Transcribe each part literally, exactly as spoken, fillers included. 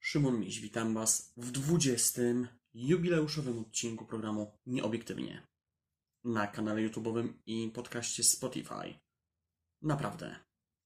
Szymon Miś, witam Was w dwudziestym jubileuszowym odcinku programu Nieobiektywnie na kanale YouTube'owym i podcaście Spotify. Naprawdę.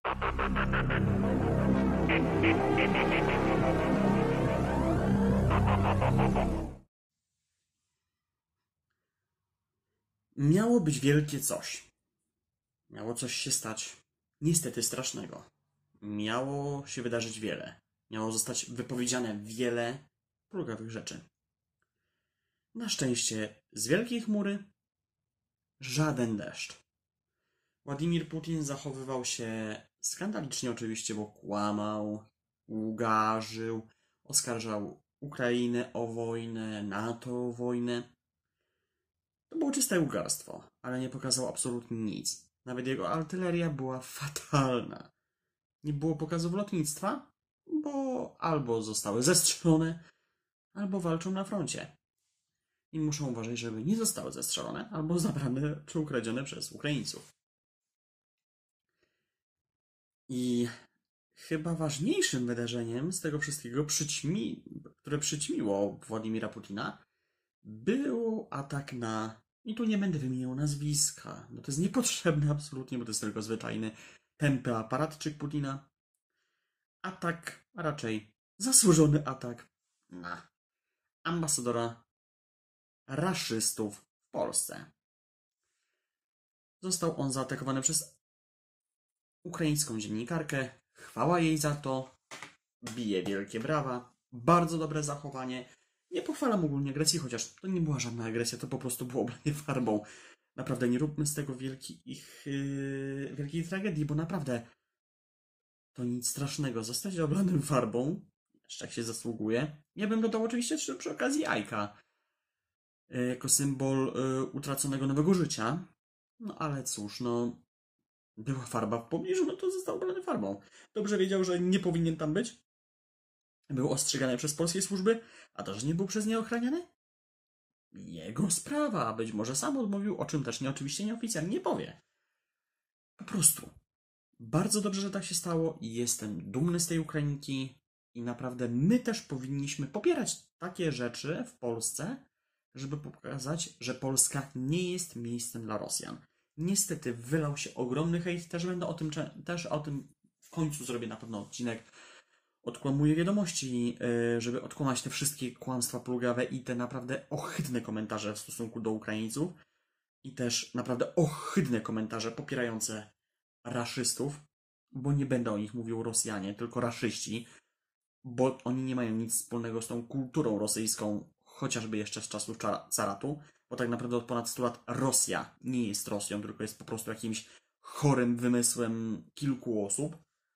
Miało być wielkie coś. Miało coś się stać niestety strasznego. Miało się wydarzyć wiele. Miało zostać wypowiedziane wiele plugawych rzeczy. Na szczęście z wielkiej chmury żaden deszcz. Władimir Putin zachowywał się skandalicznie oczywiście, bo kłamał, łgarzył, oskarżał Ukrainę o wojnę, NATO o wojnę. To było czyste łgarstwo, ale nie pokazał absolutnie nic. Nawet jego artyleria była fatalna. Nie było pokazów lotnictwa, bo albo zostały zestrzelone, albo walczą na froncie. I muszą uważać, żeby nie zostały zestrzelone, albo zabrane czy ukradzione przez Ukraińców. I chyba ważniejszym wydarzeniem z tego wszystkiego, przyćmi, które przyćmiło Władimira Putina, był atak na... I tu nie będę wymieniał nazwiska, bo to jest niepotrzebne absolutnie, bo to jest tylko zwyczajny, tępy aparatczyk Putina. Atak, a raczej zasłużony atak na ambasadora raszystów w Polsce. Został on zaatakowany przez ukraińską dziennikarkę. Chwała jej za to. Bije wielkie brawa. Bardzo dobre zachowanie. Nie pochwalam ogólnie agresji, chociaż to nie była żadna agresja, to po prostu było oblanie farbą. Naprawdę nie róbmy z tego wielkich, yy, wielkiej tragedii, bo naprawdę to nic strasznego. Zostać oblanym farbą, jeszcze jak się zasługuje. Ja bym dodał oczywiście przy, przy okazji jajka. Yy, jako symbol yy, utraconego nowego życia. No ale cóż, no... Była farba w pobliżu, no to został oblany farbą. Dobrze wiedział, że nie powinien tam być. Był ostrzegany przez polskie służby, a to, że nie był przez nie ochraniany? Jego sprawa. Być może sam odmówił, o czym też nie, oczywiście nieoficjalnie nie powie. Po prostu. Bardzo dobrze, że tak się stało i jestem dumny z tej Ukrainki i naprawdę my też powinniśmy popierać takie rzeczy w Polsce, żeby pokazać, że Polska nie jest miejscem dla Rosjan. Niestety wylał się ogromny hejt, też będę o tym, też o tym w końcu zrobię na pewno odcinek. Odkłamuję wiadomości, żeby odkłamać te wszystkie kłamstwa plugawe i te naprawdę ohydne komentarze w stosunku do Ukraińców i też naprawdę ohydne komentarze popierające raszystów, bo nie będę o nich mówił Rosjanie, tylko raszyści, bo oni nie mają nic wspólnego z tą kulturą rosyjską, chociażby jeszcze z czasów caratu, bo tak naprawdę od ponad stu lat Rosja nie jest Rosją, tylko jest po prostu jakimś chorym wymysłem kilku osób.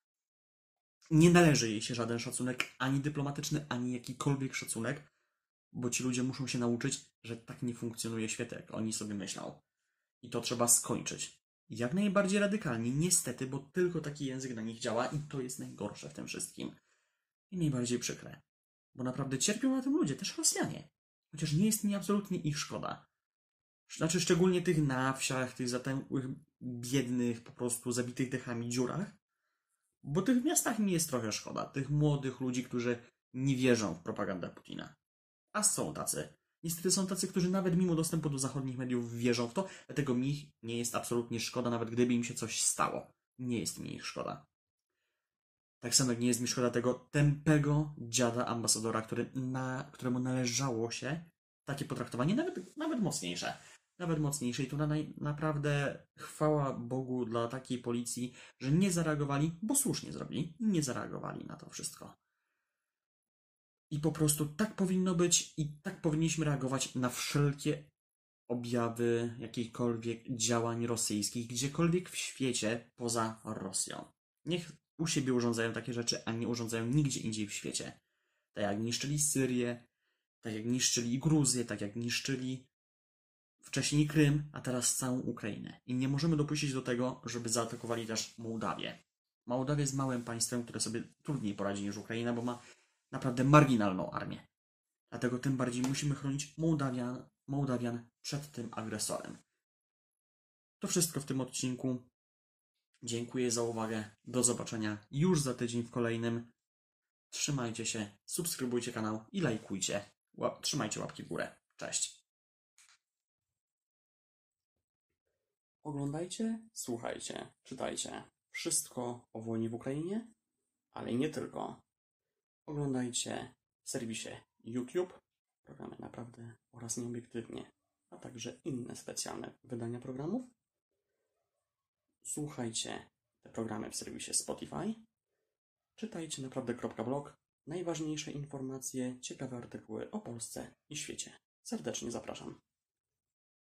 Nie należy jej się żaden szacunek, ani dyplomatyczny, ani jakikolwiek szacunek, bo ci ludzie muszą się nauczyć, że tak nie funkcjonuje świat, jak oni sobie myślą. I to trzeba skończyć. Jak najbardziej radykalnie, niestety, bo tylko taki język na nich działa i to jest najgorsze w tym wszystkim. I najbardziej przykre. Bo naprawdę cierpią na tym ludzie, też Rosjanie. Chociaż nie jest mi absolutnie ich szkoda. Znaczy szczególnie tych na wsiach, tych zatęchłych, biednych, po prostu zabitych dechami dziurach. Bo tych w miastach mi jest trochę szkoda. Tych młodych ludzi, którzy nie wierzą w propagandę Putina. A są tacy. Niestety są tacy, którzy nawet mimo dostępu do zachodnich mediów wierzą w to, dlatego mi nie jest absolutnie szkoda, nawet gdyby im się coś stało. Nie jest mi ich szkoda. Tak samo jak nie jest mi szkoda tego tępego dziada ambasadora, który na, któremu należało się takie potraktowanie, nawet, nawet mocniejsze. Nawet mocniejsze. I tu na, naprawdę chwała Bogu dla takiej policji, że nie zareagowali, bo słusznie zrobili, nie zareagowali na to wszystko. I po prostu tak powinno być i tak powinniśmy reagować na wszelkie objawy jakichkolwiek działań rosyjskich, gdziekolwiek w świecie poza Rosją. Niech u siebie urządzają takie rzeczy, a nie urządzają nigdzie indziej w świecie. Tak jak niszczyli Syrię, tak jak niszczyli Gruzję, tak jak niszczyli wcześniej Krym, a teraz całą Ukrainę. I nie możemy dopuścić do tego, żeby zaatakowali też Mołdawię. Mołdawia jest małym państwem, które sobie trudniej poradzi niż Ukraina, bo ma naprawdę marginalną armię. Dlatego tym bardziej musimy chronić Mołdawian, Mołdawian przed tym agresorem. To wszystko w tym odcinku. Dziękuję za uwagę. Do zobaczenia już za tydzień w kolejnym. Trzymajcie się, subskrybujcie kanał i lajkujcie. Ła- trzymajcie łapki w górę. Cześć. Oglądajcie, słuchajcie, czytajcie. Wszystko o wojnie w Ukrainie, ale i nie tylko. Oglądajcie w serwisie YouTube, programy Naprawdę oraz Nieobiektywnie, a także inne specjalne wydania programów. Słuchajcie te programy w serwisie Spotify. Czytajcie naprawdę kropka blog. Najważniejsze informacje, ciekawe artykuły o Polsce i świecie. Serdecznie zapraszam.